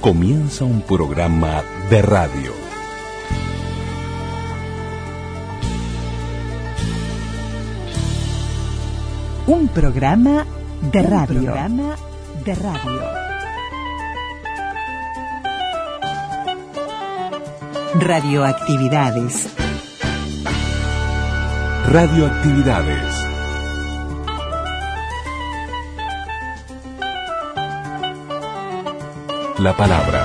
comienza un programa de radio. Un programa de radio. Radioactividades. La palabra.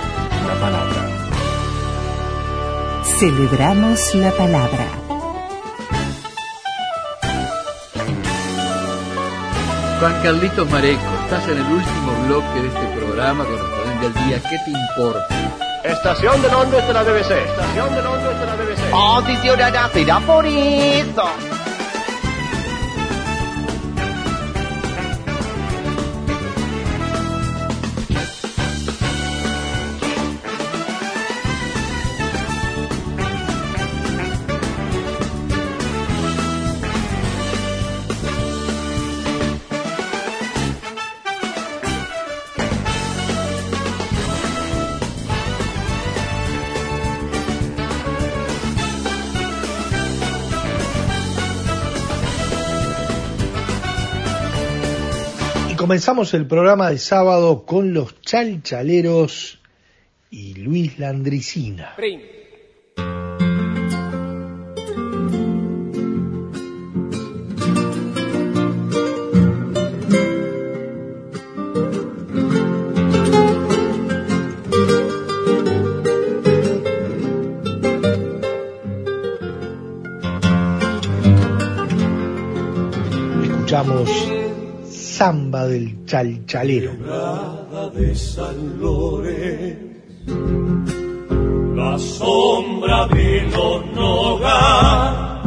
Celebramos la palabra. Juan Carlitos Mareco, estás en el último bloque de este programa correspondiente al día ¿Qué te importa? Estación de Londres de la BBC. Audición será por eso. Comenzamos el programa de sábado con los Chalchaleros y Luis Landricina. Escuchamos Samba del Chalchalero. De San Lorenzo, la sombra de los Nogas.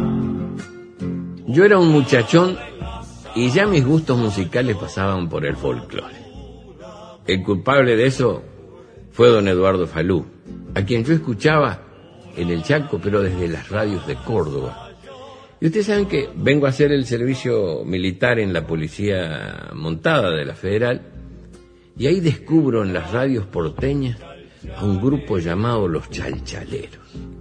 Yo era un muchachón y ya mis gustos musicales pasaban por el folclore. El culpable de eso fue don Eduardo Falú, a quien yo escuchaba en el Chaco, pero desde las radios de Córdoba. Y ustedes saben que vengo a hacer el servicio militar en la policía montada de la Federal, y ahí descubro en las radios porteñas a un grupo llamado Los Chalchaleros.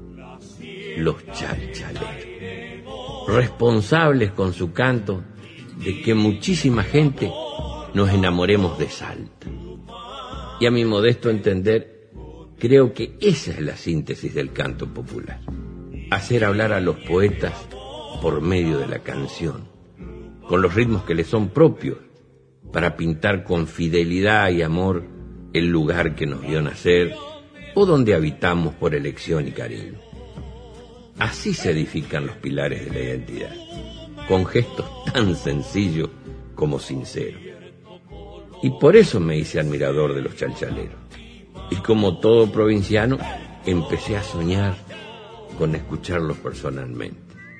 Los Chalchaleros, responsables con su canto de que muchísima gente nos enamoremos de Salta. Y a mi modesto entender, creo que esa es la síntesis del canto popular: hacer hablar a los poetas por medio de la canción, con los ritmos que les son propios, para pintar con fidelidad y amor el lugar que nos vio nacer o donde habitamos por elección y cariño. Así se edifican los pilares de la identidad, con gestos tan sencillos como sinceros. Y por eso me hice admirador de los chalchaleros. Y como todo provinciano, empecé a soñar con escucharlos personalmente.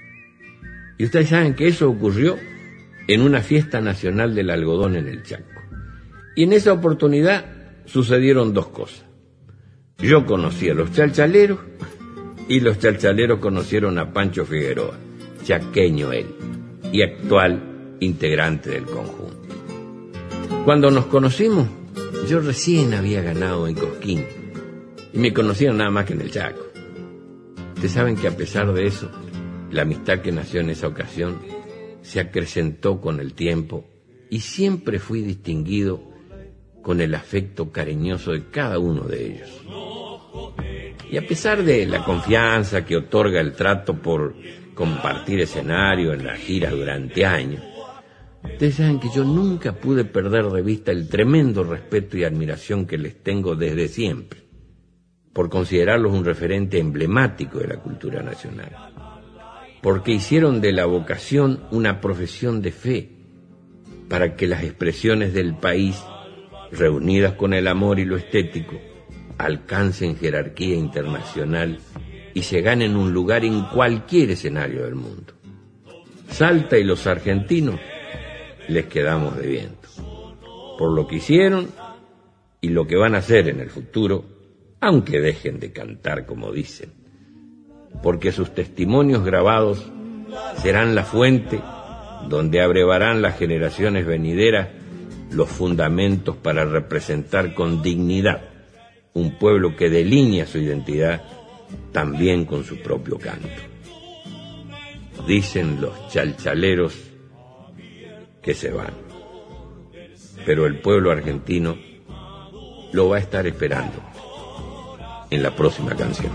Y ustedes saben que eso ocurrió en una fiesta nacional del algodón en el Chaco. Y en esa oportunidad sucedieron dos cosas. Yo conocí a los chalchaleros y los chalchaleros conocieron a Pancho Figueroa, chaqueño él, y actual integrante del conjunto. Cuando nos conocimos, yo recién había ganado en Cosquín y me conocían nada más que en el Chaco. Ustedes saben que a pesar de eso, la amistad que nació en esa ocasión se acrecentó con el tiempo y siempre fui distinguido con el afecto cariñoso de cada uno de ellos. Y a pesar de la confianza que otorga el trato por compartir escenario en la gira durante años, ustedes saben que yo nunca pude perder de vista el tremendo respeto y admiración que les tengo desde siempre, por considerarlos un referente emblemático de la cultura nacional, porque hicieron de la vocación una profesión de fe, para que las expresiones del país, reunidas con el amor y lo estético, alcancen jerarquía internacional y se ganen un lugar en cualquier escenario del mundo. Salta y los argentinos les quedamos debiendo, por lo que hicieron y lo que van a hacer en el futuro, aunque dejen de cantar como dicen, porque sus testimonios grabados serán la fuente donde abrevarán las generaciones venideras los fundamentos para representar con dignidad un pueblo que delinea su identidad también con su propio canto. Dicen los chalchaleros que se van, pero el pueblo argentino lo va a estar esperando en la próxima canción.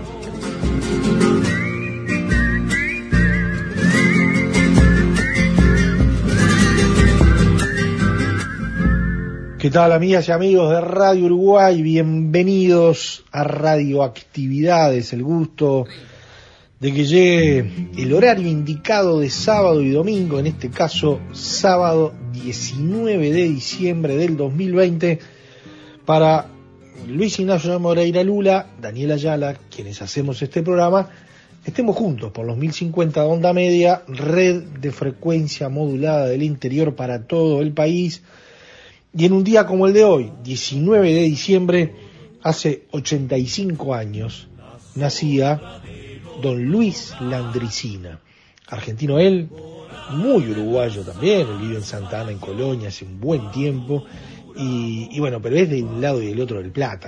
¿Qué tal, amigas y amigos de Radio Uruguay? Bienvenidos a Radioactividades. El gusto de que llegue el horario indicado de sábado y domingo, en este caso sábado 19 de diciembre del 2020, para Luis Ignacio Moreira Lula, Daniel Ayala, quienes hacemos este programa, estemos juntos por los 1050 de onda media, red de frecuencia modulada del interior para todo el país. Y en un día como el de hoy, 19 de diciembre, hace 85 años, nacía don Luis Landricina, argentino él, muy uruguayo también, él vive en Santa Ana, en Colonia, hace un buen tiempo, y bueno, pero es de un lado y del otro del Plata,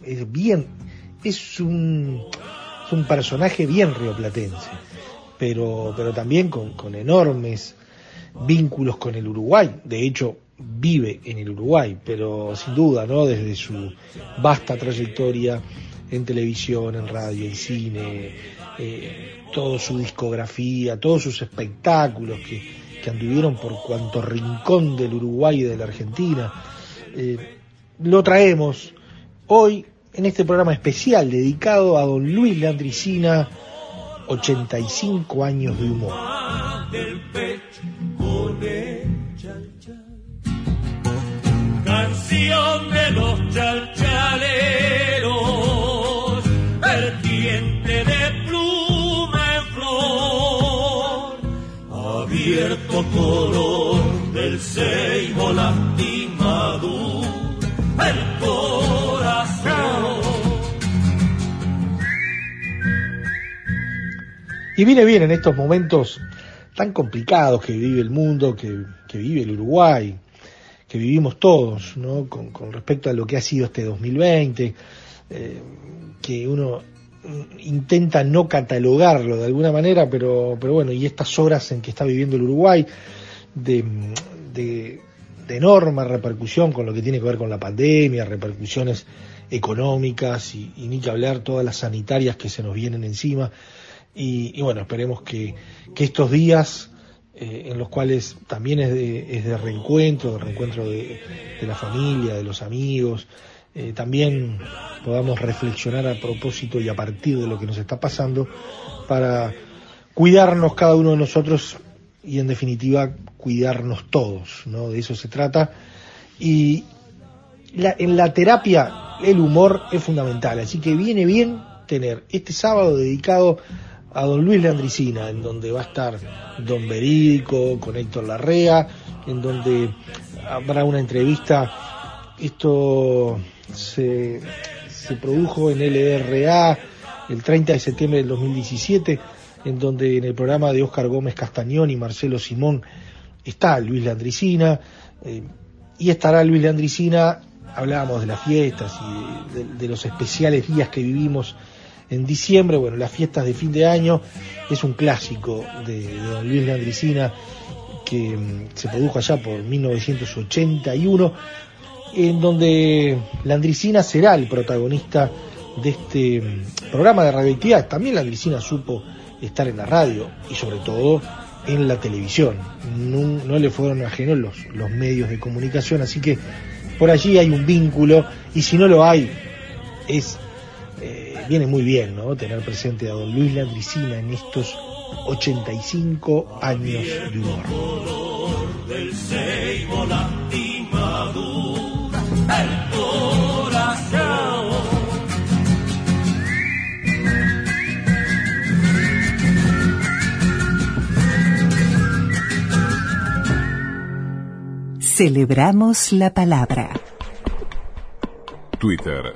es un personaje bien rioplatense, pero también con enormes vínculos con el Uruguay. De hecho, vive en el Uruguay, pero sin duda, ¿no?, desde su vasta trayectoria en televisión, en radio, en cine, toda su discografía, todos sus espectáculos que anduvieron por cuanto rincón del Uruguay y de la Argentina, lo traemos hoy en este programa especial dedicado a don Luis Landricina, 85 años de humor. Canción de los chalchaleros, vertiente de pluma en flor, abierto color del ceibo lastimado, el corazón. Y viene bien en estos momentos tan complicados que vive el mundo, que vive el Uruguay, que vivimos todos, ¿no?, con respecto a lo que ha sido este 2020, que uno intenta no catalogarlo de alguna manera, pero bueno, y estas horas en que está viviendo el Uruguay de enorme repercusión con lo que tiene que ver con la pandemia, repercusiones económicas y ni que hablar todas las sanitarias que se nos vienen encima, y bueno, esperemos que estos días en los cuales también es de reencuentro de la familia, de los amigos, también podamos reflexionar a propósito y a partir de lo que nos está pasando para cuidarnos cada uno de nosotros y en definitiva cuidarnos todos, ¿no? De eso se trata. Y en la terapia el humor es fundamental, así que viene bien tener este sábado dedicado a don Luis Landricina, en donde va a estar don Verídico con Héctor Larrea, en donde habrá una entrevista. Esto se produjo en LRA el 30 de septiembre del 2017, en donde en el programa de Óscar Gómez Castañón y Marcelo Simón está Luis Landricina, y estará Luis Landricina. Hablábamos de las fiestas y de los especiales días que vivimos en diciembre. Bueno, las fiestas de fin de año es un clásico de don Luis Landricina que se produjo allá por 1981, en donde Landricina será el protagonista de este programa de radioactividad. También Landricina supo estar en la radio y sobre todo en la televisión. No le fueron ajenos los medios de comunicación, así que por allí hay un vínculo, y si no lo hay, viene muy bien, ¿no?, tener presente a don Luis Landricina en estos 85 años de humor. Celebramos la palabra. Twitter.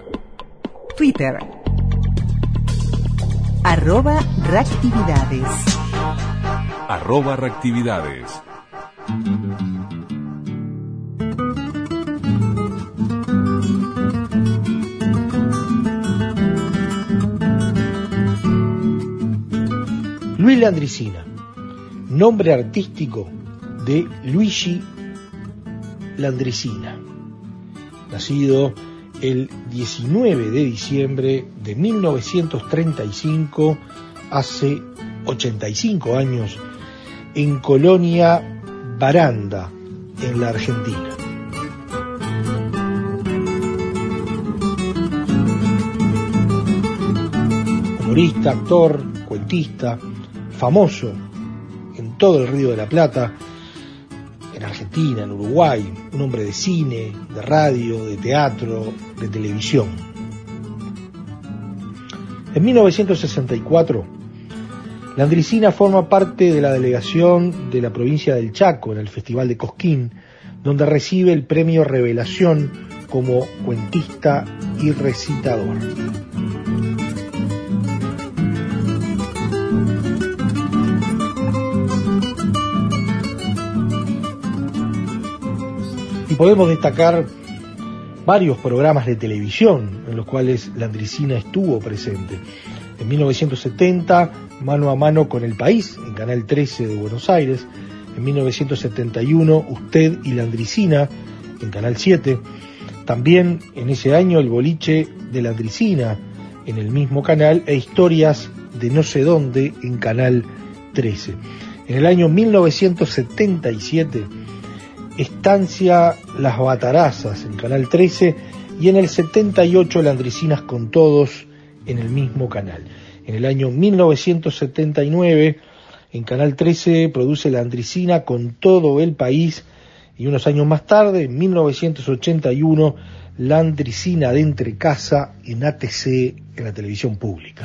@reactividades. @reactividades. Landricina, nombre artístico de Luigi Landricina, nacido el 19 de diciembre de 1935, hace 85 años, en Colonia Baranda, en la Argentina. Humorista, actor, cuentista, famoso en todo el Río de la Plata, en Argentina, en Uruguay, un hombre de cine, de radio, de teatro, de televisión. En 1964, Landricina forma parte de la delegación de la provincia del Chaco en el Festival de Cosquín, donde recibe el premio Revelación como cuentista y recitador. Y podemos destacar varios programas de televisión en los cuales Landricina estuvo presente. En 1970, Mano a Mano con el País, en Canal 13 de Buenos Aires. En 1971, Usted y Landricina, en Canal 7. También en ese año, El Boliche de Landricina, en el mismo canal, e Historias de No sé dónde, en Canal 13. En el año 1977, Estancia Las Batarazas, en Canal 13, y en el 78, Landricinas con Todos, en el mismo canal. En el año 1979, en Canal 13, produce Landricina con Todo el País, y unos años más tarde, en 1981, Landricina de Entrecasa en ATC, en la televisión pública.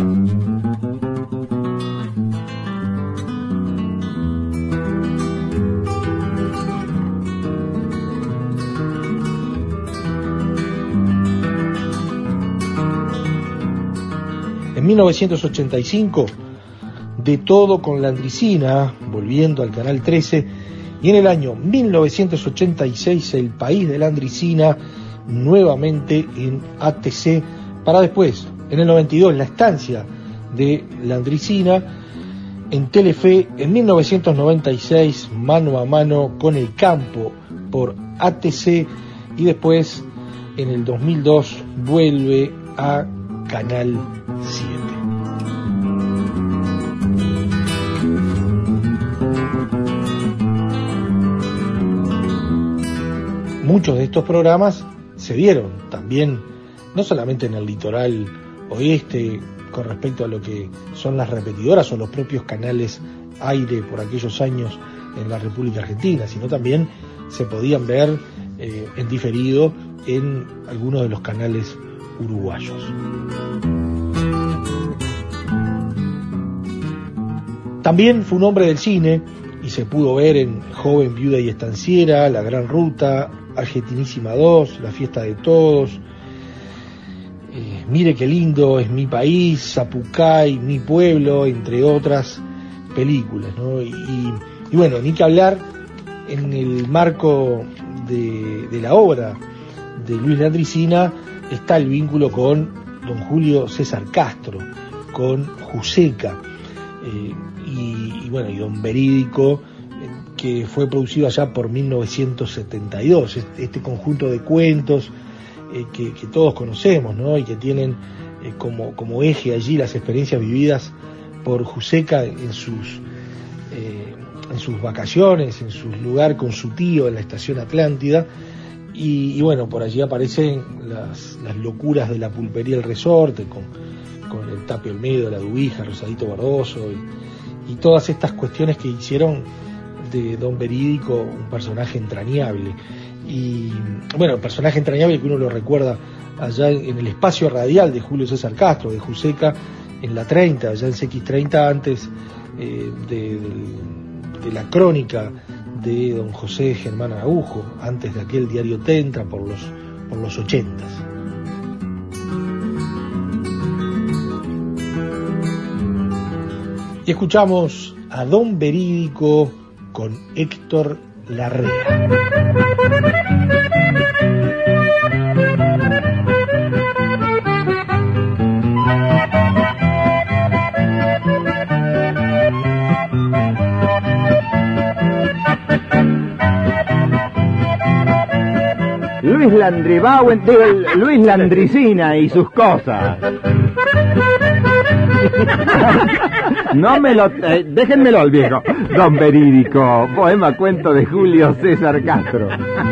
En 1985, De Todo con Landricina, volviendo al Canal 13, y en el año 1986, El País de Landricina, nuevamente en ATC, para después, en el 92, La Estancia de Landricina, en Telefe, en 1996, Mano a Mano con el Campo por ATC, y después, en el 2002, vuelve a Canal 7. Muchos de estos programas se dieron también, no solamente en el litoral oeste, con respecto a lo que son las repetidoras o los propios canales aire por aquellos años en la República Argentina, sino también se podían ver en diferido en algunos de los canales uruguayos. También fue un hombre del cine y se pudo ver en Joven, Viuda y Estanciera, La Gran Ruta, Argentinísima 2, La Fiesta de Todos, Mire qué lindo es mi país, Zapucay, Mi Pueblo, entre otras películas, ¿no? Y bueno, ni que hablar en el marco de la obra de Luis Landricina está el vínculo con don Julio César Castro, con Juseca, y bueno, y Don Verídico, que fue producido allá por 1972, este conjunto de cuentos que todos conocemos, ¿no? Y que tienen como eje allí las experiencias vividas por Juseca en sus vacaciones, en su lugar con su tío en la estación Atlántida, y bueno, por allí aparecen las locuras de la pulpería El Resorte, con el Tapio Olmedo, la Dubija, Rosadito Bardoso, y todas estas cuestiones que hicieron de Don Verídico un personaje entrañable. Y bueno, el personaje entrañable que uno lo recuerda allá en el espacio radial de Julio César Castro, de Juseca, en la 30, allá en CX30, antes de la crónica de don José Germán Araujo, antes de aquel diario Tentra por los 80s. Y escuchamos a Don Verídico con Héctor Larrea. Luis Landricina y sus cosas. No me lo... déjenmelo al viejo. Don Verídico, poema cuento de Julio César Castro.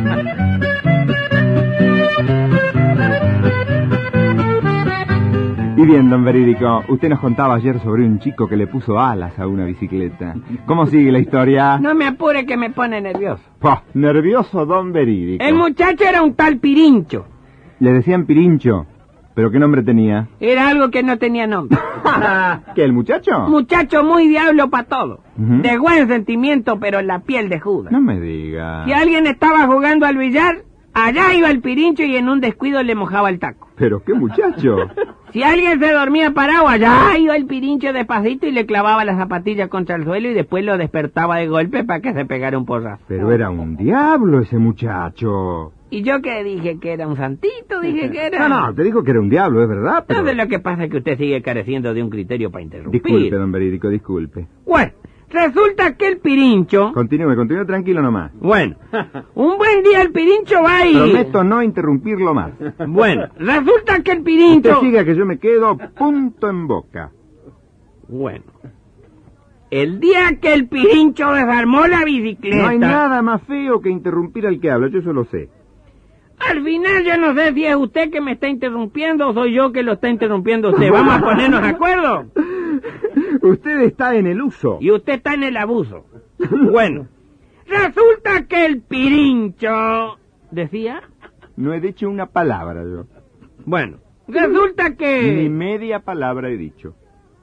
Y bien, don Verídico, usted nos contaba ayer sobre un chico que le puso alas a una bicicleta. ¿Cómo sigue la historia? No me apure que me pone nervioso. Nervioso don Verídico. El muchacho era un tal Pirincho. Le decían Pirincho, ¿pero qué nombre tenía? Era algo que no tenía nombre. ¿Qué, el muchacho? Muchacho muy diablo para todo. Ujú. De buen sentimiento, pero la piel de Judas. No me diga. Si alguien estaba jugando al billar, allá iba el Pirincho y en un descuido le mojaba el taco. ¿Pero qué muchacho? Si alguien se dormía parado, allá iba el Pirincho despacito y le clavaba la zapatilla contra el suelo y después lo despertaba de golpe para que se pegara un porrazo. Pero era un diablo ese muchacho. ¿Y yo qué dije? ¿Que era un santito? Dije que era... No, te dijo que era un diablo, es verdad, pero... Entonces lo que pasa es que usted sigue careciendo de un criterio para interrumpir. Disculpe, don Verídico, disculpe. Bueno, resulta que el Pirincho... Continúe tranquilo nomás. Bueno, un buen día el Pirincho va y... Prometo no interrumpirlo más. Bueno, resulta que el Pirincho... Usted siga que yo me quedo punto en boca. Bueno, el día que el Pirincho desarmó la bicicleta... No hay nada más feo que interrumpir al que habla, yo eso lo sé. Al final yo no sé si es usted que me está interrumpiendo o soy yo que lo está interrumpiendo usted. ¿Vamos a ponernos de acuerdo? Usted está en el uso. Y usted está en el abuso. Bueno, resulta que el Pirincho... ¿Decía? No he dicho una palabra yo. Bueno, resulta que... Ni media palabra he dicho.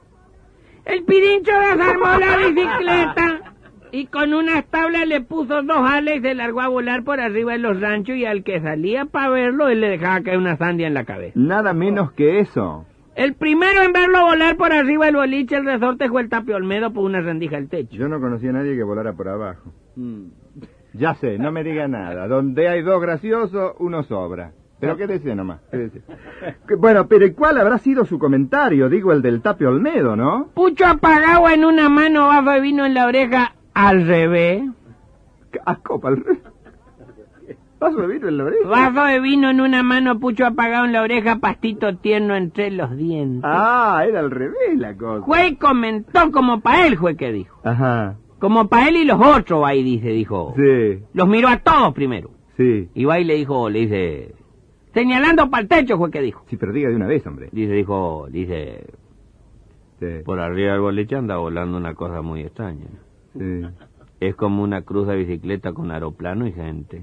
El Pirincho desarmó la bicicleta y con unas tablas le puso 2 alas y se largó a volar por arriba de los ranchos y al que salía para verlo, él le dejaba caer una sandia en la cabeza. Nada menos que eso. El primero en verlo volar por arriba del boliche, el resorte, fue el Tapio Olmedo por una rendija al techo. Yo no conocía a nadie que volara por abajo. Ya sé, no me diga nada. Donde hay 2 graciosos, uno sobra. Pero quédese nomás, quédese. Bueno, pero ¿y cuál habrá sido su comentario? Digo, el del Tapio Olmedo, ¿no? Pucho apagado en una mano, vaso de vino en la oreja, al revés. ¿A copa al revés? ¿Vaso de vino en la oreja? Vaso de vino en una mano, pucho apagado en la oreja, pastito tierno entre los dientes. Ah, era al revés la cosa. Juez comentó como pa' él, juez que dijo. Ajá. Como pa' él y los otros, ahí dijo. Sí. Los miró a todos primero. Sí. Y va y le dice... Señalando para el techo, juez que dijo. Sí, pero diga de una vez, hombre. Dice... Sí. Por arriba del boliche anda volando una cosa muy extraña. Sí. Es como una cruz de bicicleta con aeroplano y gente.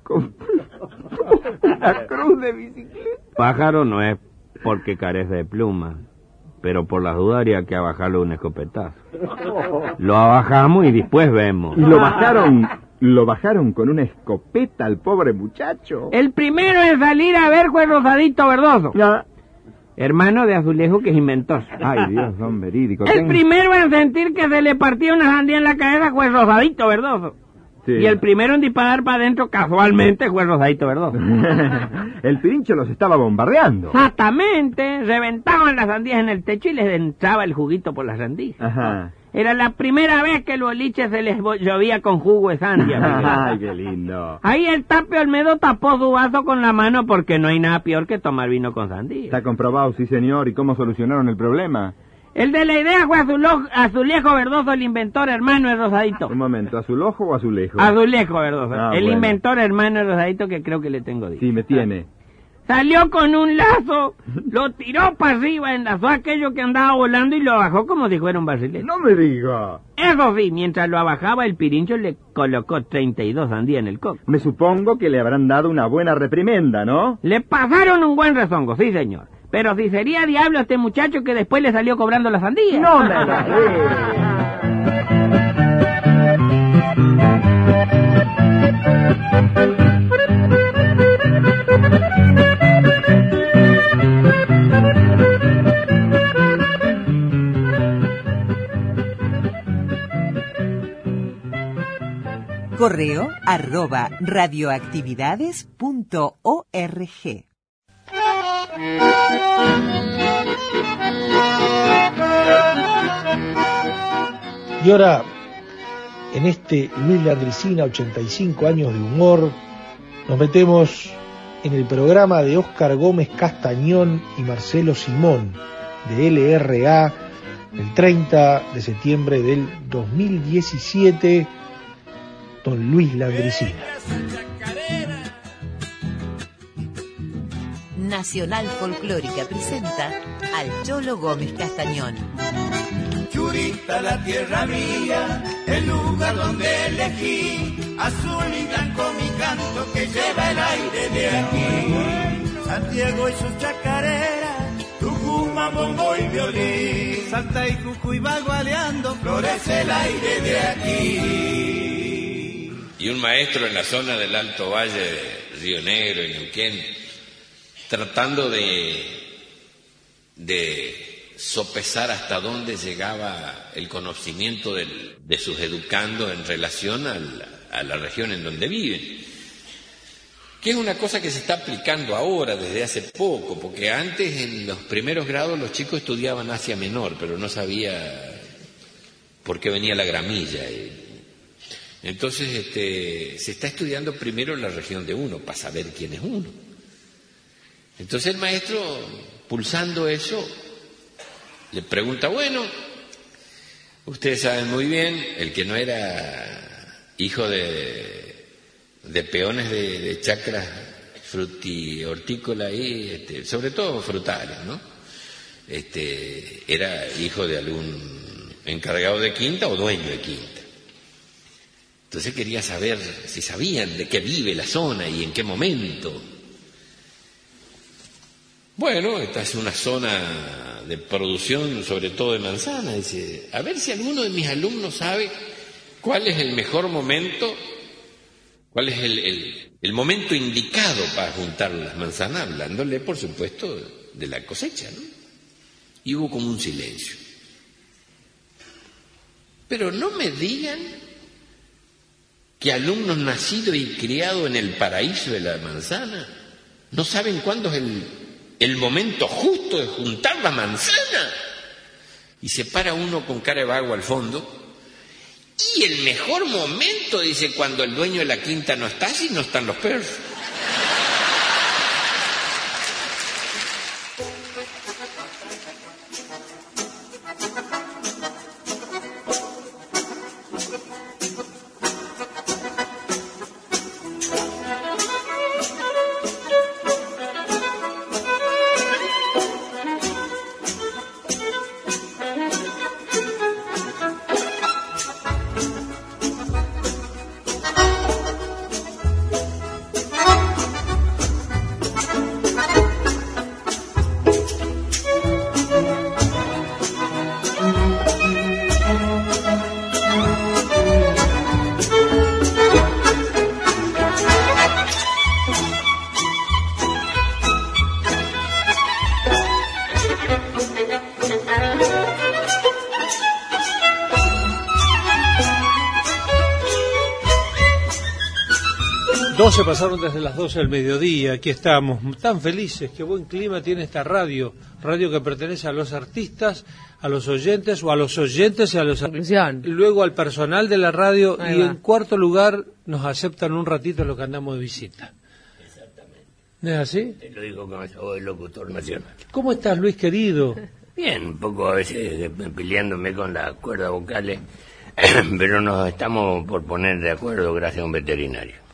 ¿Una cruz de bicicleta? Pájaro no es porque carece de plumas, pero por las dudas haría que a bajarlo un escopetazo. Lo abajamos y después vemos. ¿Y lo bajaron con una escopeta al pobre muchacho? El primero en salir a ver fue Rosadito Verdoso. Ya. Hermano de Azulejo, que es inventor. Ay, Dios, don Verídico. El primero en sentir que se le partía una sandía en la cabeza fue Rosadito Verdoso. Sí. Y el primero en disparar para adentro, casualmente, fue Rosadito Verdoso. El Pirincho los estaba bombardeando. Exactamente. Reventaban las sandías en el techo y les entraba el juguito por las sandías. Ajá. Era la primera vez que el boliche se les llovía con jugo de sandía. Ay, qué lindo. Ahí el Tapio Olmedo tapó su vaso con la mano porque no hay nada peor que tomar vino con sandía. Está comprobado, sí señor. ¿Y cómo solucionaron el problema? El de la idea fue Azulejo Verdoso, el inventor hermano de Rosadito. Un momento, ¿Azulojo o Azulejo? Azulejo Verdoso, el bueno. inventor hermano de Rosadito, que creo que le tengo dicho. Sí, me tiene. Salió con un lazo, lo tiró para arriba, enlazó aquello que andaba volando y lo bajó como si fuera un barrilete. No me diga. Eso sí, mientras lo abajaba, el Pirincho le colocó 32 sandías en el coco. Me supongo que le habrán dado una buena reprimenda, ¿no? Le pasaron un buen rezongo, sí señor. Pero si sería diablo este muchacho que después le salió cobrando la sandía. No me la creo. Correo @radioactividades.org. Y ahora, en este Luis Landricina, 85 años de humor, nos metemos en el programa de Óscar Gómez Castañón y Marcelo Simón de LRA el 30 de septiembre del 2017, don Luis Landricina. Nacional Folclórica presenta al Cholo Gómez Castañón. Churita, la tierra mía, el lugar donde elegí, azul y blanco mi canto que lleva el aire de aquí. Santiago y sus chacareras, Tucumán, bombo y violín, Salta y Jujuy va gualeando, florece el aire de aquí. Y un maestro en la zona del Alto Valle de Río Negro y Neuquén, tratando de sopesar hasta dónde llegaba el conocimiento de sus educandos en relación a la región en donde viven, que es una cosa que se está aplicando ahora desde hace poco, porque antes en los primeros grados los chicos estudiaban Asia Menor, pero no sabía por qué venía la gramilla. Entonces se está estudiando primero la región de uno para saber quién es uno. Entonces el maestro, pulsando eso, le pregunta, bueno, ustedes saben muy bien, el que no era hijo de peones de chacras hortícolas y sobre todo frutales, ¿no? Era hijo de algún encargado de quinta o dueño de quinta. Entonces quería saber si sabían de qué vive la zona y en qué momento. Bueno, esta es una zona de producción, sobre todo de manzana. Dice, a ver si alguno de mis alumnos sabe cuál es el mejor momento, cuál es el momento indicado para juntar las manzanas, hablándole, por supuesto, de la cosecha, ¿no? Y hubo como un silencio. Pero no me digan que alumnos nacidos y criados en el paraíso de la manzana no saben cuándo es el momento justo de juntar la manzana. Y se para uno con cara de vago al fondo. Y el mejor momento, dice, cuando el dueño de la quinta no está, si no están los perros. Se pasaron desde las 12 del mediodía, aquí estamos, tan felices, qué buen clima tiene esta radio que pertenece a los artistas, a los oyentes o a los oyentes y a los luego al personal de la radio. Ahí y va. En cuarto lugar nos aceptan un ratito los que andamos de visita. Exactamente. ¿No es así? Te lo digo con esa voz de locutor nacional. ¿Cómo estás, Luis, querido? Bien, un poco a veces peleándome con las cuerdas vocales, pero nos estamos por poner de acuerdo gracias a un veterinario.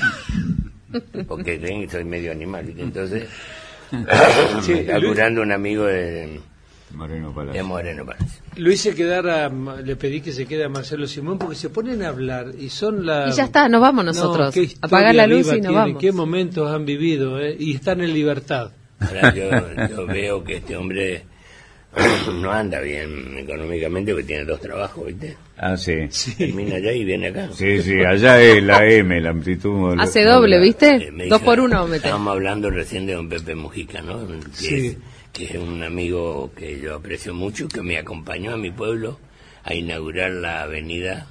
Porque creen que soy medio animal, entonces sí, me está curando un amigo de Moreno Palacio. Luis le pedí que se quede a Marcelo Simón porque se ponen a hablar y son y ya está, nos vamos nosotros. Apagar la luz y nos vamos. ¿Qué momentos han vivido? Y están en libertad. Ahora yo veo que este hombre no anda bien económicamente porque tiene 2 trabajos, ¿viste? Ah, sí. Termina allá y viene acá. Sí, allá es la M, la amplitud. Hace doble, ¿viste? 2 por 1 mete. Estábamos hablando recién de don Pepe Mujica, ¿no? Que es un amigo que yo aprecio mucho, que me acompañó a mi pueblo a inaugurar la avenida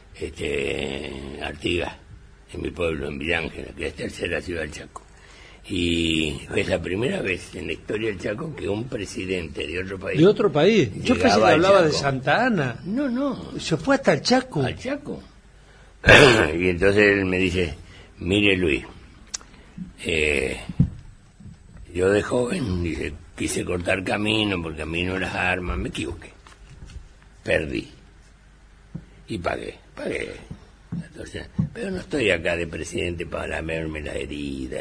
Artigas, en mi pueblo, en Villángela, que es tercera ciudad del Chaco. Y es la primera vez en la historia del Chaco que un presidente de otro país... ¿De otro país? Yo pensé que hablaba de Santa Ana. No. Se fue hasta el Chaco. Al Chaco. Y entonces él me dice, mire Luis, yo de joven quise cortar camino, porque a mí no las armas, me equivoqué. Perdí. Y pagué. Entonces, pero no estoy acá de presidente para lamerme la herida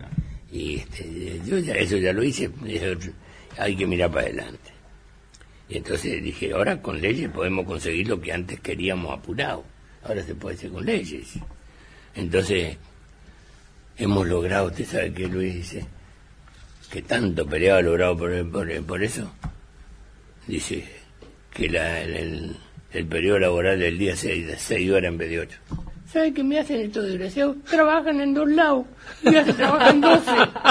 yo eso ya lo hice, hay que mirar para adelante. Y entonces dije, ahora con leyes podemos conseguir lo que antes queríamos apurado, ahora se puede hacer con leyes. Entonces hemos logrado, usted sabe que Luis dice que tanto peleaba logrado por eso, dice que el periodo laboral del día 6 horas en vez de 8. ¿Sabe qué me hacen estos desgraciados? Trabajan en 2 lados. Ya se trabajan 12.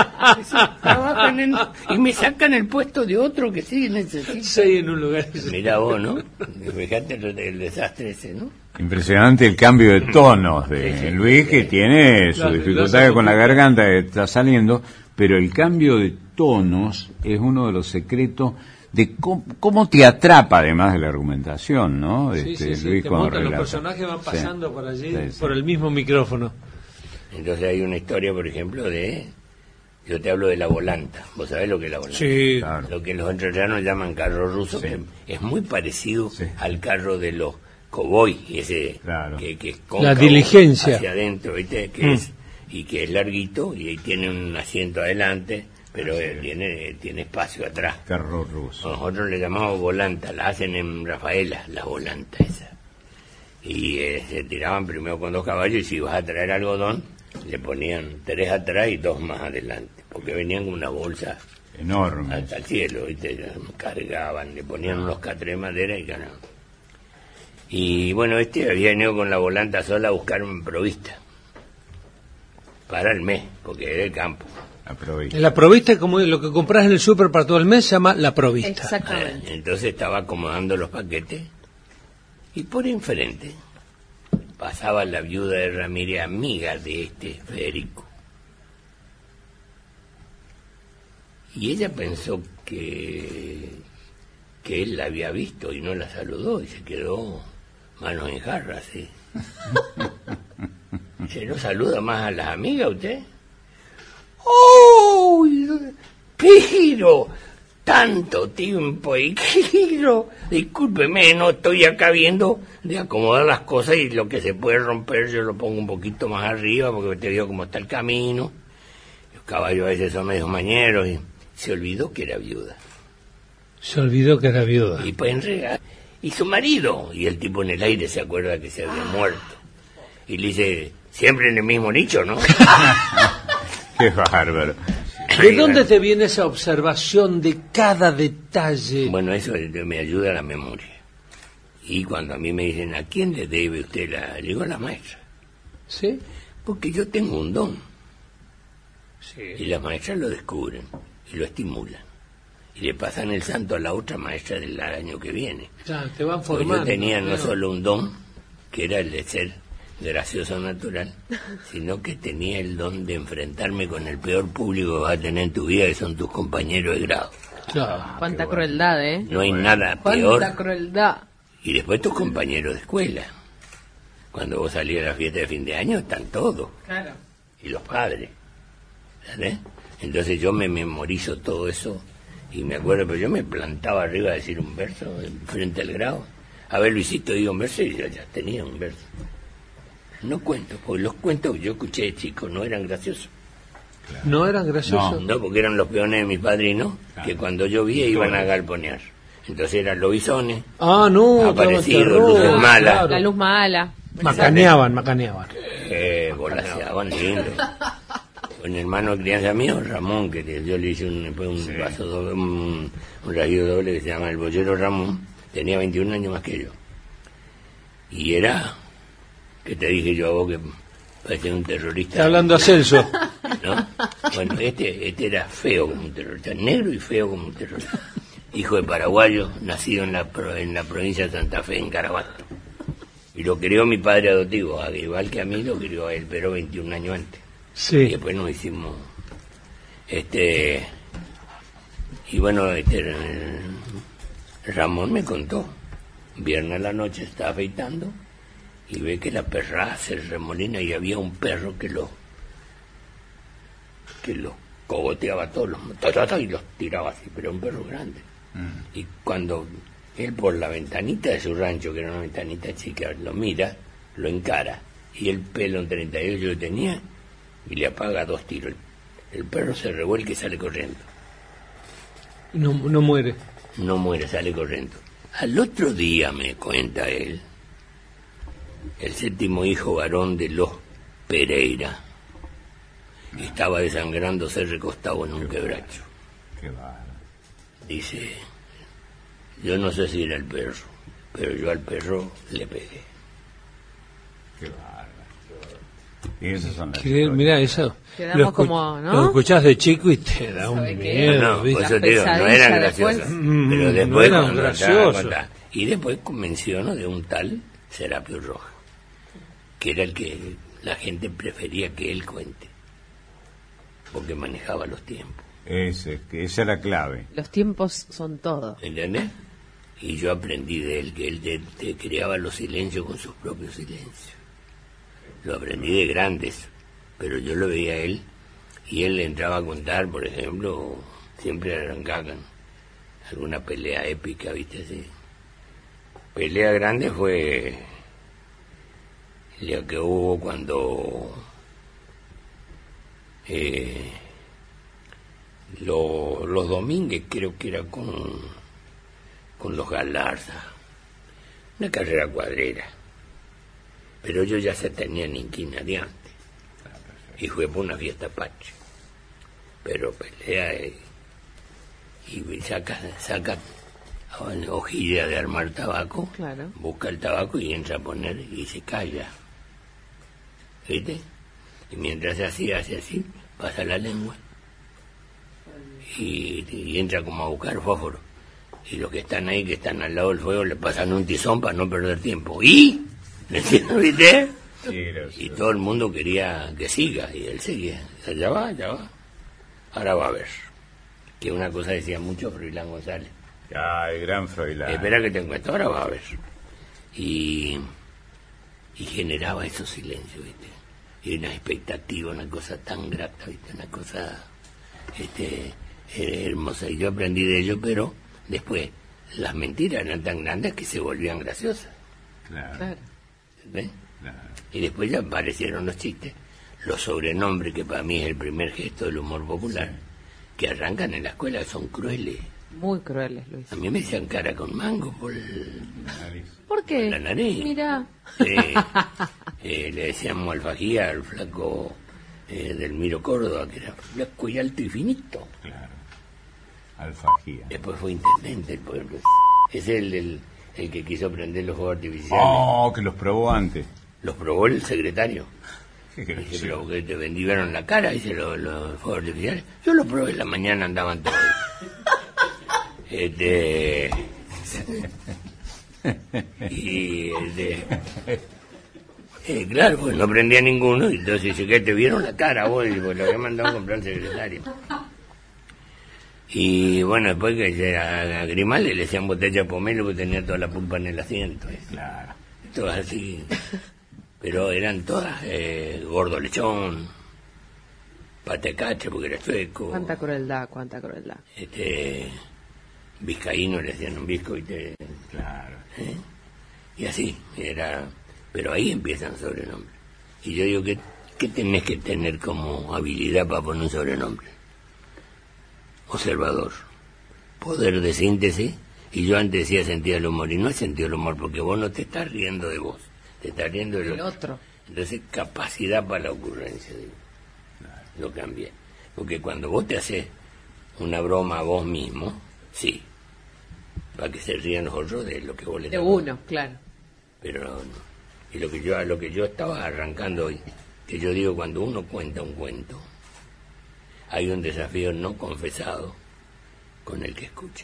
Y me sacan el puesto de otro que sí necesita. 6 en un lugar. Mirá vos, ¿no? Fíjate el desastre ese, ¿no? Impresionante el cambio de tonos de Luis, que tiene su dificultad con la garganta que está saliendo, pero el cambio de tonos es uno de los secretos de cómo te atrapa, además de la argumentación, ¿no? Sí, Luis, te montan, los personajes van pasando por allí, por el mismo micrófono. Entonces hay una historia, por ejemplo, yo te hablo de la volanta. ¿Vos sabés lo que es la volanta? Sí, claro. Lo que los entrerrianos llaman carro ruso, que es muy parecido al carro de los cowboy, ese que es cóncavo, la diligencia hacia adentro, ¿viste? Que es, y que es larguito, y ahí tiene un asiento adelante, pero tiene espacio atrás. Carro ruso. Nosotros le llamamos volanta, la hacen en Rafaela, la volanta esa. Y se tiraban primero con 2 caballos, y si ibas a traer algodón, le ponían 3 atrás y 2 más adelante, porque venían con una bolsa enorme hasta el cielo, ¿viste? Cargaban, le ponían unos catres de madera y ganaban. Y bueno, había venido con la volanta sola a buscar un provista para el mes, porque era el campo. La provista es como lo que compras en el súper para todo el mes, se llama la provista. Exactamente. Entonces estaba acomodando los paquetes y por enfrente pasaba la viuda de Ramírez, amiga de Federico. Y ella pensó que él la había visto y no la saludó y se quedó manos en jarra, ¿sí? ¿Se no saluda más a las amigas usted? ¡Oh! Pero tanto tiempo y quiero, discúlpeme, no estoy acá viendo de acomodar las cosas, y lo que se puede romper yo lo pongo un poquito más arriba porque te digo cómo está el camino. Los caballos a veces son medio mañeros, y se olvidó que era viuda. Y pues entregar. Y su marido, y el tipo en el aire se acuerda que se había muerto. Y le dice, siempre en el mismo nicho, ¿no? Qué bárbaro. ¿De dónde te viene esa observación de cada detalle? Bueno, eso me ayuda a la memoria. Y cuando a mí me dicen, ¿a quién le debe usted le digo a la maestra? ¿Sí? Porque yo tengo un don. Sí. Y las maestras lo descubren y lo estimulan. Y le pasan el santo a la otra maestra del año que viene. Ya, te van formando. Yo tenía no solo un don, que era el de ser gracioso natural, sino que tenía el don de enfrentarme con el peor público que vas a tener en tu vida, que son tus compañeros de grado. Claro. Cuánta crueldad, ¿eh? No hay nada peor. Cuánta crueldad. Y después tus compañeros de escuela. Cuando vos salís a la fiesta de fin de año, están todos. Claro. Y los padres. ¿Sabes? Entonces yo me memorizo todo eso. Y me acuerdo, pero yo me plantaba arriba a decir un verso frente al grado. A ver, Luisito, digo un verso, y yo ya tenía un verso. No cuento, porque los cuentos que yo escuché de chico no eran graciosos. Claro. ¿No eran graciosos? No, porque eran los peones de mis padrinos, claro, que cuando llovía iban a galponear. Entonces eran lobisones, aparecidos, luces malas. Claro. La luz mala. Macaneaban. Volaseaban lindo. Un hermano de crianza mío, Ramón, que yo le hice un vaso doble, un rayo doble que se llama el bollero Ramón, tenía 21 años más que yo. Y era, que te dije yo a vos que parecía un terrorista. Está hablando a Celso. ¿No? Bueno, este era feo como un terrorista, negro y feo como un terrorista. Hijo de paraguayo, nacido en la provincia de Santa Fe, en Carabato. Y lo crió mi padre adoptivo, igual que a mí lo crió a él, pero 21 años antes. Sí. Y después nos hicimos y bueno, Ramón me contó, viernes a la noche estaba afeitando y ve que la perra se remolina y había un perro que que los cogoteaba todos y los tiraba así, pero un perro grande. Y cuando él por la ventanita de su rancho, que era una ventanita chica, lo mira, lo encara, y el pelo en 38 lo tenía, y le apaga 2 tiros. El perro se revuelca y sale corriendo. No muere. No muere, sale corriendo. Al otro día, me cuenta él, el 7º hijo varón de los Pereira estaba desangrándose recostado en un quebracho. Qué bárbaro. Dice, yo no sé si era el perro, pero yo al perro le pegué. Qué bárbaro. Y esas son las Mirá, eso lo escuchás de chico y te da un miedo. Por eso te digo, no eran graciosas, pero después no eran graciosos. Y después menciono de un tal Serapio Roja, que era el que la gente prefería que él cuente, porque manejaba los tiempos. Esa es la clave. Los tiempos son todo. ¿Entendés? Y yo aprendí de él, que él te creaba los silencios con sus propios silencios. Lo aprendí de grandes, pero yo lo veía a él, y él entraba a contar, por ejemplo, siempre arrancaban alguna pelea épica, ¿viste? Así. Pelea grande fue la que hubo cuando los Domínguez, creo que era con los Galarza, una carrera cuadrera, pero ellos ya se tenían inquina de antes, y fue por una fiesta pache, pero pelea y saca hojilla de armar tabaco, claro. Busca el tabaco y entra a poner y se calla, ¿viste? Y mientras hace así, pasa la lengua y entra como a buscar fósforo, y los que están ahí, que están al lado del fuego, le pasan un tizón para no perder tiempo. ¿Y? ¿Viste? Sí, y todo el mundo quería que siga, y él seguía. Ya va. Ahora va a ver. Que una cosa decía mucho Froilán González. Ay, gran Froilán. Espera que te encuentro, ahora va a ver. Y generaba esos silencios, ¿viste? Y una expectativa, una cosa tan grata, ¿viste? Una cosa hermosa. Y yo aprendí de ello, pero después las mentiras eran tan grandes que se volvían graciosas. Claro. ¿Ves? Claro. Y después ya aparecieron los chistes, los sobrenombres, que para mí es el primer gesto del humor popular, sí, que arrancan en la escuela, son crueles. Muy crueles, Luis. A mí me decían cara con mango por la nariz. ¿Por qué? La nariz. Mira. Le decíamos alfajía al flaco del Miro Córdoba, que era flaco y alto y finito. Claro. Alfajía. Después fue intendente el pueblo. Es el que quiso prender los fuegos artificiales. Oh, que los probó antes. Los probó el secretario. Qué dice, pero que te vendieron la cara, dice, los fuegos artificiales. Yo los probé en la mañana, andaban todos. Claro, pues no prendía ninguno, y entonces dice, que te vieron la cara vos, y pues lo había mandado a comprar el secretario. Y bueno, después que a Grimaldi le decían botella de pomelo, porque tenía toda la pulpa en el asiento. Claro. Todas así. Pero eran todas gordo lechón, patecache, porque era sueco. Cuánta crueldad. Vizcaíno le decían un visco, ¿viste? Claro. Y así, era. Pero ahí empiezan sobrenombres. Y yo digo, ¿qué tenés que tener como habilidad para poner un sobrenombre? Observador, poder de síntesis. Y yo antes decía sentido del humor, y no es sentido del humor, porque vos no te estás riendo de vos, te estás riendo del otro. Entonces, capacidad para la ocurrencia, digo. Claro. Lo cambié. Porque cuando vos te haces una broma a vos mismo, sí, para que se rían los otros de lo que vos le das. De uno, claro. Pero no. Y lo que yo estaba arrancando hoy, que yo digo, cuando uno cuenta un cuento, hay un desafío no confesado con el que escucha.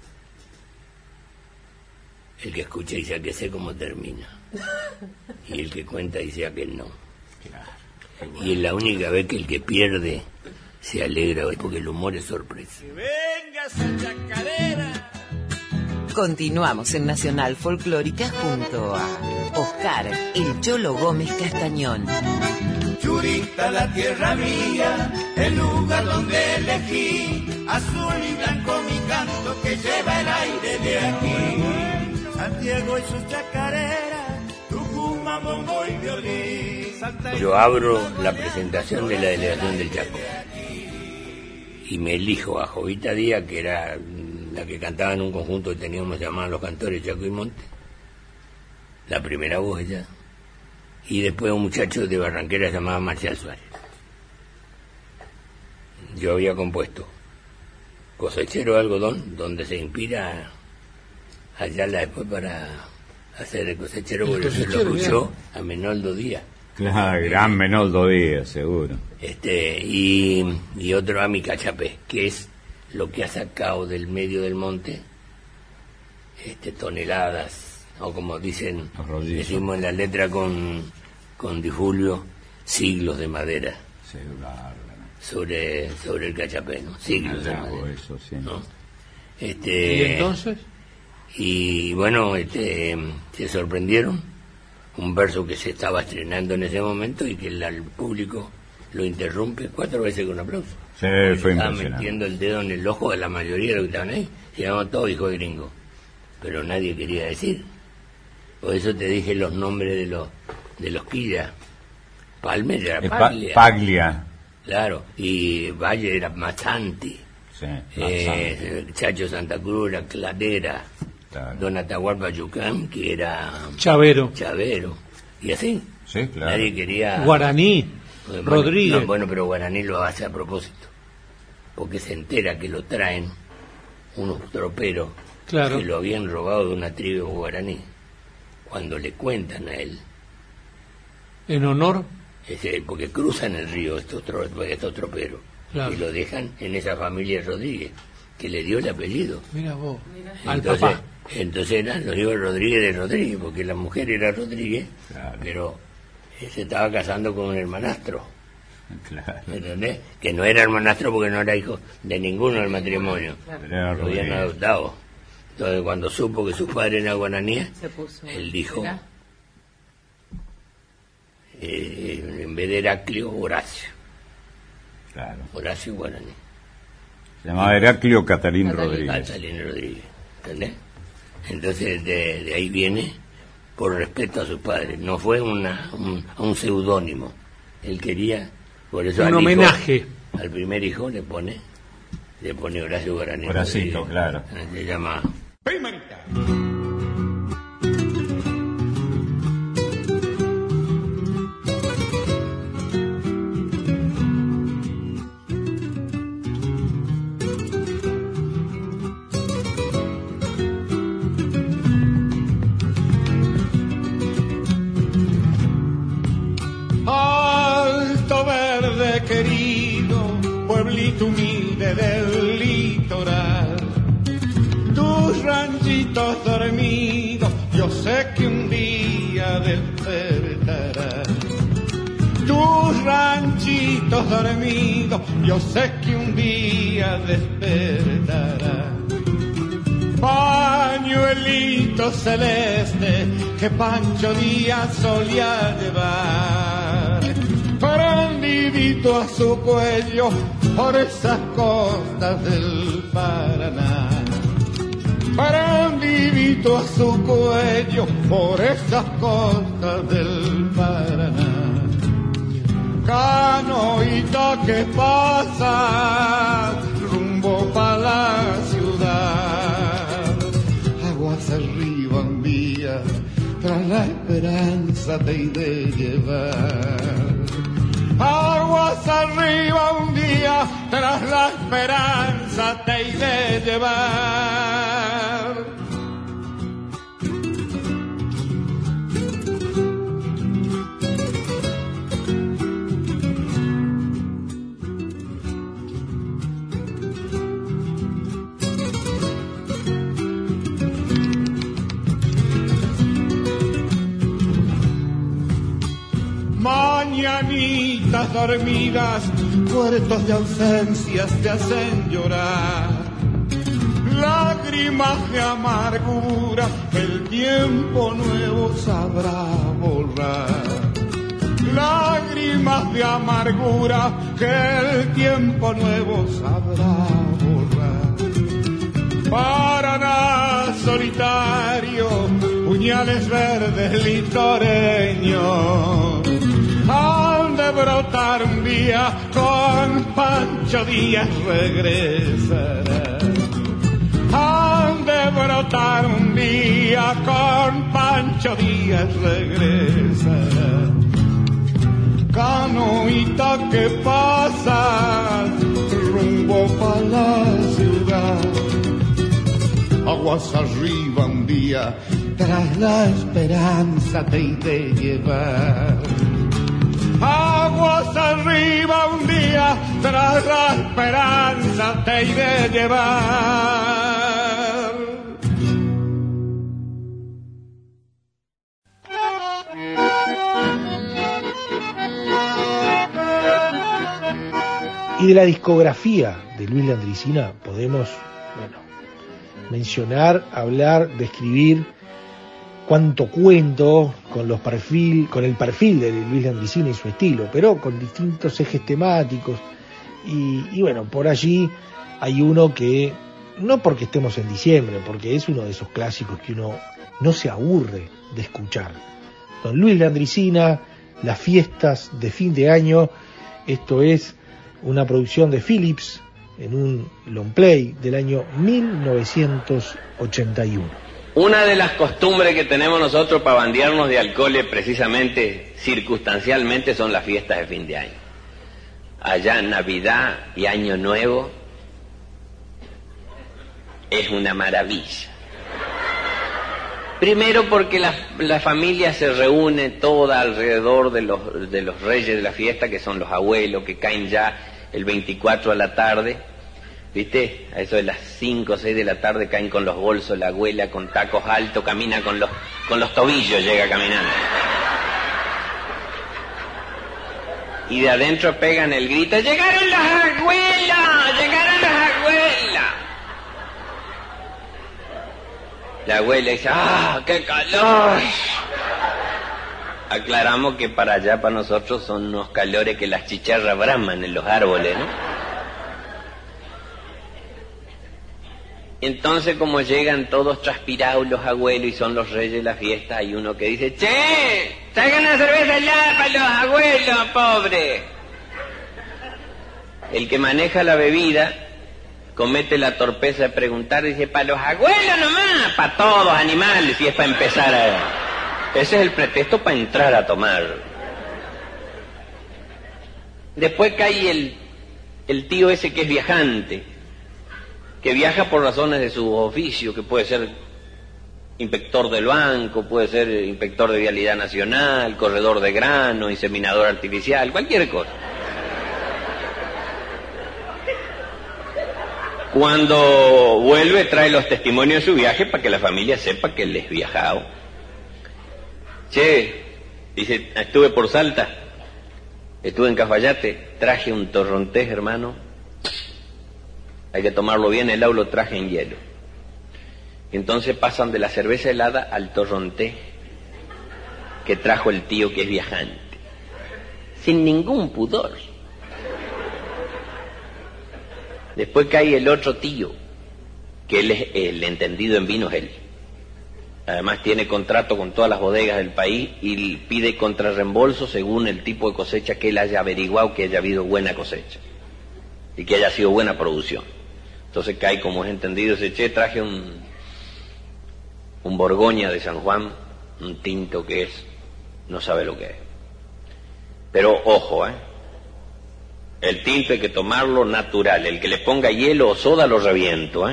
El que escucha dice a que sé cómo termina, y el que cuenta dice a que no. Claro. Y es la única vez que el que pierde se alegra hoy, porque el humor es sorpresa. ¡Venga esa chacarera! Continuamos en Nacional Folclórica junto a Oscar El Cholo Gómez Castañón. Churita, la tierra mía, el lugar donde elegí, azul y blanco mi canto que lleva el aire de aquí. Santiago y sus chacareras, Tucumán, bombo y violín. Yo abro la presentación de la delegación del Chaco y me elijo a Jovita Díaz, que era la que cantaba en un conjunto que teníamos llamado Los Cantores Chaco y Monte, la primera voz ella, y después un muchacho de Barranquera llamado Marcial Suárez. Yo había compuesto Cosechero de Algodón, donde se inspira Ayala después para hacer el cosechero, porque se lo escuchó a Menoldo Díaz. Claro, gran Menoldo Díaz, seguro. Y otro a mi Cachapé, que es lo que ha sacado del medio del monte toneladas, o como decimos en la letra con Di Fulvio, siglos de madera. Sí, claro. Sobre el Cachapé, ¿no? Siglos de madera. Eso, sí. ¿No? ¿Y entonces? Y bueno, se sorprendieron. Un verso que se estaba estrenando en ese momento y que el público lo interrumpe 4 veces con un aplauso. Sí, fue estaba impresionante. Metiendo el dedo en el ojo de la mayoría de los que estaban ahí. Se llamaban todos hijos de gringo. Pero nadie quería decir. Por eso te dije los nombres de los quillas. Palmer era Paglia. Paglia. Claro. Y Valle era Mazzanti. Sí, Chacho Santa Cruz era Cladera. Claro. Don Atahualpa Yucán, que era Chavero. Y así. Sí, claro. Nadie quería. Guaraní. Rodríguez. Bueno, pero Guaraní lo hace a propósito. Porque se entera que lo traen unos troperos que lo habían robado de una tribu guaraní. Cuando le cuentan a él. ¿En honor? Porque cruzan el río estos troperos. Claro. Y lo dejan en esa familia Rodríguez, que le dio el apellido. Mira vos. Entonces, al papá. Entonces eran los hijos Rodríguez de Rodríguez, porque la mujer era Rodríguez, claro. Pero se estaba casando con un hermanastro. Claro. ¿Entendés? Que no era hermanastro porque no era hijo de ninguno del matrimonio. Claro. Lo habían adoptado. Entonces cuando supo que su padre era guaraní, él dijo, en vez de Heraclio, Horacio. Claro. Horacio guaraní. Se llamaba Heraclio Catalín Rodríguez. Catalín Rodríguez, ¿entendés? Entonces de ahí viene por respeto a sus padres. No fue un seudónimo. Él quería, por eso un homenaje. Al primer hijo le pone Horacio Guaraní. Horacito, claro. Se llama Primerita. Alto verde querido, pueblito humilde del litoral, tus ranchitos dormidos, yo sé que un día despertarás. Tus ranchitos dormidos, yo sé que un día despertarás. Pañuelito celeste que Pancho Díaz solía llevar, prendidito a su cuello por esas costas del Paraná. Prendidito a su cuello por esas costas del Paraná. Canoita que pasa rumbo pa' la ciudad, aguas arriba un día, tras la esperanza te he de llevar. Aguas arriba un día, tras la esperanza te he de llevar. Mañanitas dormidas, puertos de ausencias te hacen llorar, lágrimas de amargura el tiempo nuevo sabrá borrar. lágrimas de amargura que el tiempo nuevo sabrá borrar. Paraná solitario, puñales verdes litoreños, han de brotar un día, con Pancho Díaz regresará. Han de brotar un día, con Pancho Díaz regresará. Canoita que pasa rumbo pa' la ciudad, aguas arriba un día, tras la esperanza te iré llevar. Aguas arriba un día, tras la esperanza te iré llevar. Y de la discografía de Luis Landricina podemos, mencionar, hablar, describir cuánto cuento con el perfil de Luis Landricina y su estilo, pero con distintos ejes temáticos. Y bueno, por allí hay uno que, no porque estemos en diciembre, porque es uno de esos clásicos que uno no se aburre de escuchar. Don Luis Landricina, las fiestas de fin de año. Esto es una producción de Philips en un long play del año 1981. Una de las costumbres que tenemos nosotros para bandearnos de alcoholes, precisamente, circunstancialmente, son las fiestas de fin de año. Allá Navidad y Año Nuevo es una maravilla. Primero porque la familia se reúne toda alrededor de los reyes de la fiesta, que son los abuelos, que caen ya el 24 a la tarde, ¿viste? A eso de las 5 o 6 de la tarde caen con los bolsos, la abuela con tacos altos, camina con los tobillos, llega caminando. Y de adentro pegan el grito: ¡llegaron las abuelas! ¡Llegaron las abuelas! La abuela dice: ¡ah, qué calor! Aclaramos que para allá, para nosotros, son unos calores que las chicharras braman en los árboles, ¿no? Entonces, como llegan todos transpirados los abuelos y son los reyes de la fiesta, hay uno que dice: ¡che! ¡Traigan una cerveza helada para los abuelos, pobre! El que maneja la bebida comete la torpeza de preguntar, dice: ¿para los abuelos nomás? Para todos, animales, si es para empezar a... Ese es el pretexto para entrar a tomar. Después cae el tío ese que es viajante, que viaja por razones de su oficio, que puede ser inspector del banco, puede ser inspector de vialidad nacional, corredor de grano, inseminador artificial, cualquier cosa. Cuando vuelve trae los testimonios de su viaje para que la familia sepa que él es viajado. Che, dice, estuve por Salta, estuve en Cafayate, traje un torrontés, hermano. Hay que tomarlo bien helado, lo traje en hielo. Entonces pasan de la cerveza helada al torrontés que trajo el tío que es viajante, sin ningún pudor. Después cae el otro tío, que él es el entendido en vinos, él. Además tiene contrato con todas las bodegas del país y pide contrarreembolso según el tipo de cosecha que él haya averiguado, que haya habido buena cosecha y que haya sido buena producción. Entonces cae, como es entendido, dice: che, traje un Borgoña de San Juan, un tinto que es, no sabe lo que es. Pero ojo, el tinto hay que tomarlo natural. El que le ponga hielo o soda lo reviento,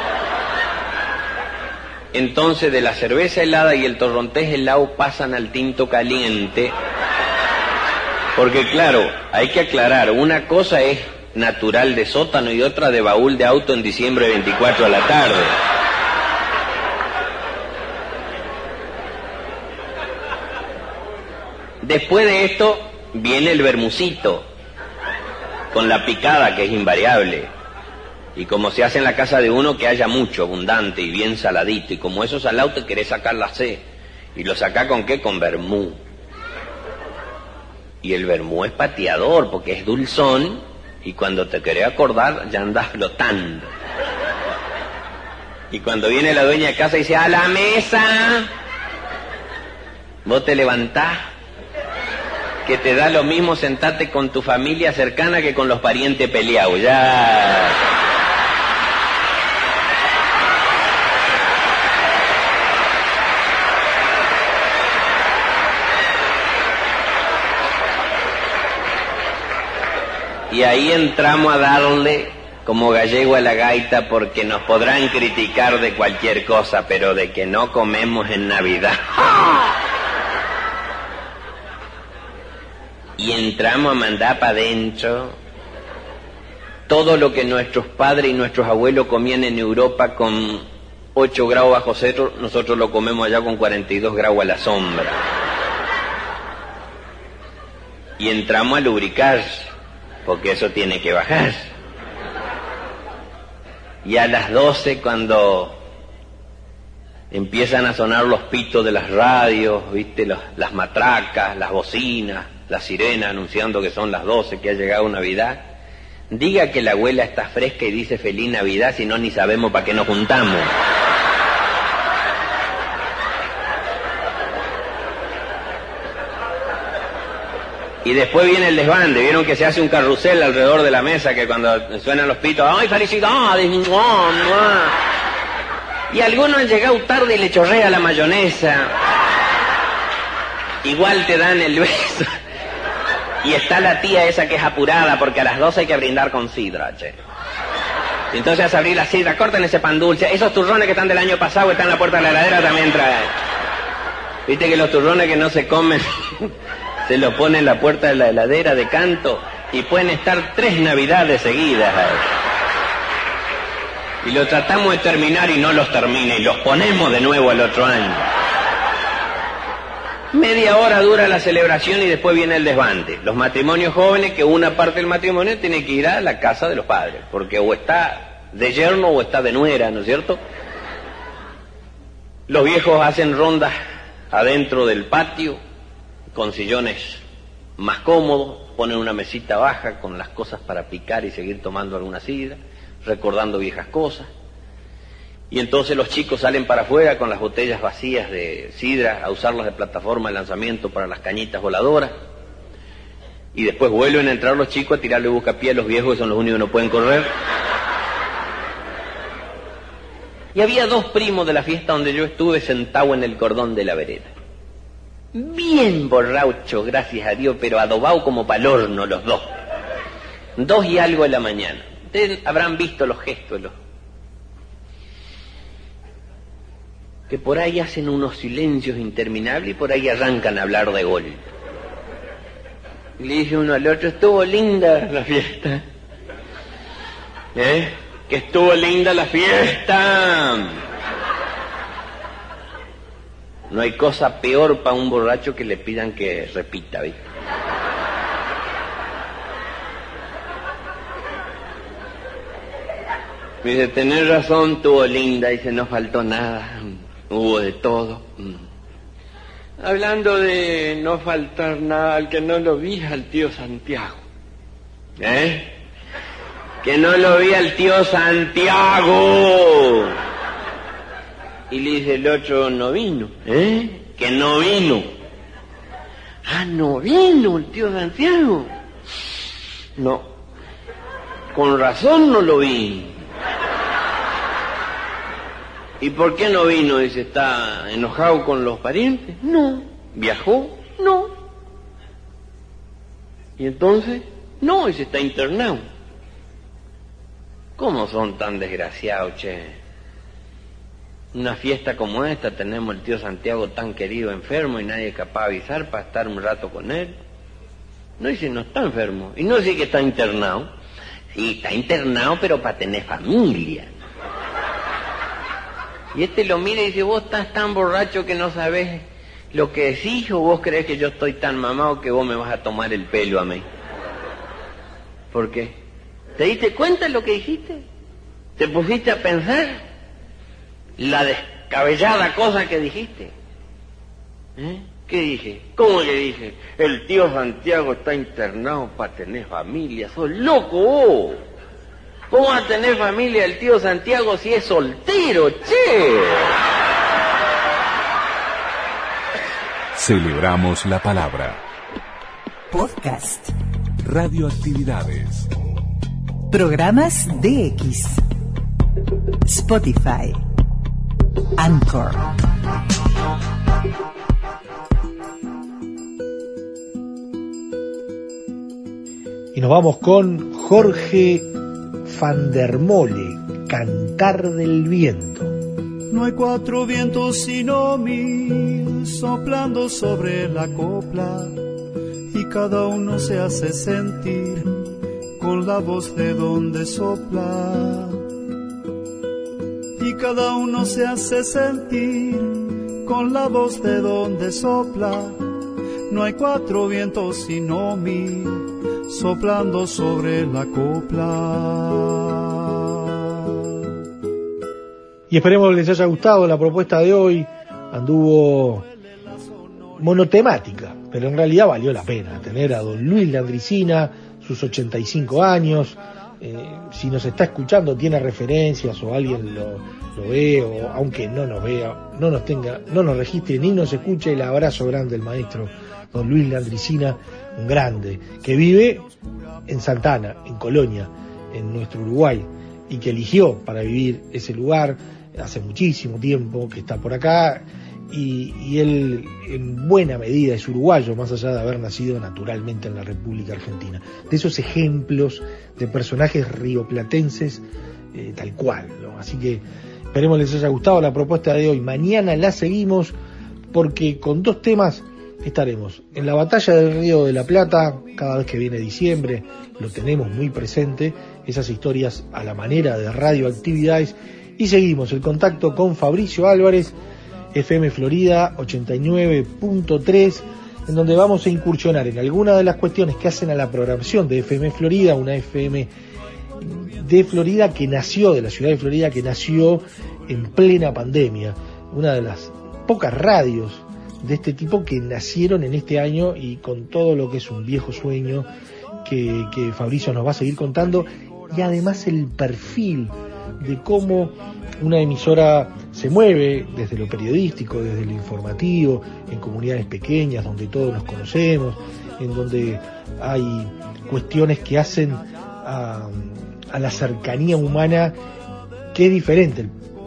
Entonces de la cerveza helada y el torrontés helado pasan al tinto caliente, porque claro, hay que aclarar, una cosa es natural de sótano y otra de baúl de auto en diciembre 24 a la tarde. Después de esto viene el vermucito con la picada, que es invariable. Y como se hace en la casa de uno, que haya mucho, abundante y bien saladito. Y como eso salado te querés sacar la C. ¿Y lo sacás con qué? Con vermú. Y el vermú es pateador porque es dulzón y cuando te querés acordar ya andas flotando. Y cuando viene la dueña de casa y dice, ¡a la mesa! Vos te levantás, que te da lo mismo sentarte con tu familia cercana que con los parientes peleados. Ya... Y ahí entramos a darle como gallego a la gaita porque nos podrán criticar de cualquier cosa, pero de que no comemos en Navidad. Y entramos a mandar para adentro todo lo que nuestros padres y nuestros abuelos comían en Europa con 8 grados bajo cero, nosotros lo comemos allá con 42 grados a la sombra. Y entramos a lubricar, porque eso tiene que bajar. Y a las 12, cuando empiezan a sonar los pitos de las radios, ¿viste? Las matracas, las bocinas, las sirenas anunciando que son las 12, que ha llegado Navidad, diga que la abuela está fresca y dice Feliz Navidad, si no ni sabemos para qué nos juntamos. Y después viene el desbande. Vieron que se hace un carrusel alrededor de la mesa, que cuando suenan los pitos, ¡ay, felicidades! Y algunos han llegado tarde y le chorrea la mayonesa. Igual te dan el beso. Y está la tía esa que es apurada, porque a las 12 hay que brindar con sidra, che. Y entonces vas a abrir la sidra, corten ese pan dulce. Esos turrones que están del año pasado, que están en la puerta de la heladera, también traen. Viste que los turrones que no se comen... se lo pone en la puerta de la heladera de canto y pueden estar 3 navidades seguidas. Y lo tratamos de terminar y no los termina y los ponemos de nuevo al otro año. Media hora dura la celebración y después viene el desbande. Los matrimonios jóvenes, que una parte del matrimonio tiene que ir a la casa de los padres, porque o está de yerno o está de nuera, ¿no es cierto? Los viejos hacen rondas adentro del patio, con sillones más cómodos, ponen una mesita baja con las cosas para picar y seguir tomando alguna sidra, recordando viejas cosas. Y entonces los chicos salen para afuera con las botellas vacías de sidra a usarlas de plataforma de lanzamiento para las cañitas voladoras. Y después vuelven a entrar los chicos a tirarle buscapié a los viejos, que son los únicos que no pueden correr. Y había 2 primos de la fiesta donde yo estuve sentado en el cordón de la vereda. Bien borracho, gracias a Dios, pero adobado como pa'l horno los 2. 2 y algo de la mañana. Ustedes habrán visto los gestos, que por ahí hacen unos silencios interminables y por ahí arrancan a hablar de gol. Y le dice uno al otro, estuvo linda la fiesta. Que estuvo linda la fiesta. No hay cosa peor para un borracho que le pidan que repita, ¿viste? Me dice, tenés razón, estuvo linda, dice, no faltó nada, hubo de todo. Hablando de no faltar nada, al que no lo vi es al tío Santiago. Que no lo vi al tío Santiago. Y le dice el otro, no vino. Que no vino. Ah, no vino el tío Santiago. No. Con razón no lo vi. ¿Y por qué no vino? Dice, ¿está enojado con los parientes? No. ¿Viajó? No. ¿Y entonces? No, dice, está internado. ¿Cómo son tan desgraciados, che? Una fiesta como esta, tenemos el tío Santiago tan querido enfermo y nadie es capaz de avisar para estar un rato con él. No dice, no está enfermo. Y no dice que está internado. Sí, está internado, pero para tener familia. Y este lo mira y dice, vos estás tan borracho que no sabés lo que decís, o vos creés que yo estoy tan mamado que vos me vas a tomar el pelo a mí. ¿Por qué? ¿Te diste cuenta de lo que dijiste? ¿Te pusiste a pensar la descabellada cosa que dijiste? ¿Qué dije? ¿Cómo que dije? El tío Santiago está internado para tener familia. ¡Sos loco vos! ¿Cómo va a tener familia el tío Santiago si es soltero, che? Celebramos la palabra. Podcast. Radioactividades. Programas DX. Spotify. Anchor. Y nos vamos con Jorge van der Mole, Cantar del Viento. No hay cuatro vientos sino mil soplando sobre la copla, y cada uno se hace sentir con la voz de donde sopla. Y cada uno se hace sentir con la voz de donde sopla. No hay cuatro vientos sino mil soplando sobre la copla. Y esperemos les haya gustado la propuesta de hoy. Anduvo monotemática, pero en realidad valió la pena tener a don Luis Landricina, sus 85 años. Si nos está escuchando, tiene referencias o alguien lo ve, o aunque no nos vea, no nos registre ni nos escuche, el abrazo grande del maestro don Luis Landricina, un grande, que vive en Santana, en Colonia, en nuestro Uruguay, y que eligió para vivir ese lugar hace muchísimo tiempo, que está por acá, y él en buena medida es uruguayo, más allá de haber nacido naturalmente en la República Argentina. De esos ejemplos de personajes rioplatenses tal cual, ¿no? Así que esperemos les haya gustado la propuesta de hoy. Mañana la seguimos, porque con dos temas estaremos en la batalla del Río de la Plata. Cada vez que viene diciembre lo tenemos muy presente, esas historias a la manera de radioactividades, y seguimos el contacto con Fabricio Álvarez, FM Florida 89.3, en donde vamos a incursionar en algunas de las cuestiones que hacen a la programación de FM Florida, una FM de Florida que nació, de la ciudad de Florida, que nació en plena pandemia, una de las pocas radios de este tipo que nacieron en este año, y con todo lo que es un viejo sueño que Fabricio nos va a seguir contando, y además el perfil de cómo una emisora se mueve desde lo periodístico, desde lo informativo, en comunidades pequeñas donde todos nos conocemos, en donde hay cuestiones que hacen a la cercanía humana, que es diferente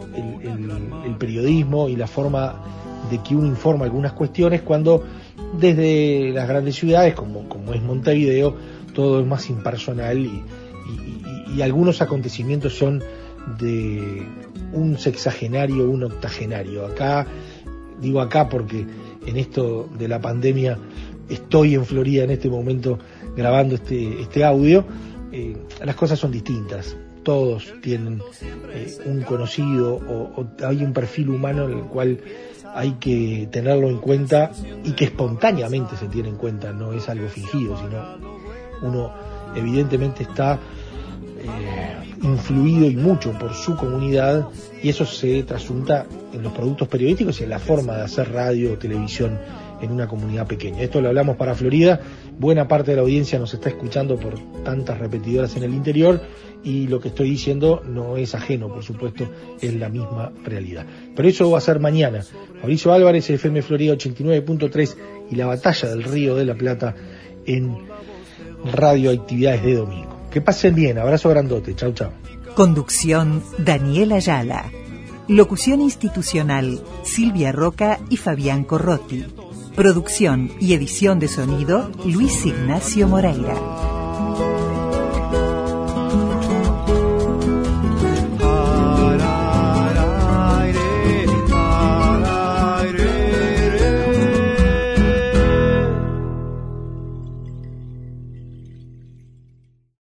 el periodismo y la forma de que uno informa algunas cuestiones, cuando desde las grandes ciudades como es Montevideo todo es más impersonal, y algunos acontecimientos son de un sexagenario, un octogenario. Acá, digo acá porque en esto de la pandemia estoy en Florida en este momento grabando este audio, las cosas son distintas. Todos tienen un conocido o hay un perfil humano en el cual hay que tenerlo en cuenta, y que espontáneamente se tiene en cuenta, no es algo fingido, sino uno evidentemente está influido y mucho por su comunidad, y eso se trasunta en los productos periodísticos y en la forma de hacer radio o televisión en una comunidad pequeña. Esto lo hablamos para Florida, buena parte de la audiencia nos está escuchando por tantas repetidoras en el interior, y lo que estoy diciendo no es ajeno, por supuesto, es la misma realidad. Pero eso va a ser mañana. Fabricio Álvarez, FM Florida 89.3, y la batalla del Río de la Plata en radioactividades de domingo. Que pasen bien, abrazo grandote, chau chau. Conducción Daniel Ayala. Locución institucional Silvia Roca y Fabián Corrotti. Producción y edición de sonido Luis Ignacio Moreira.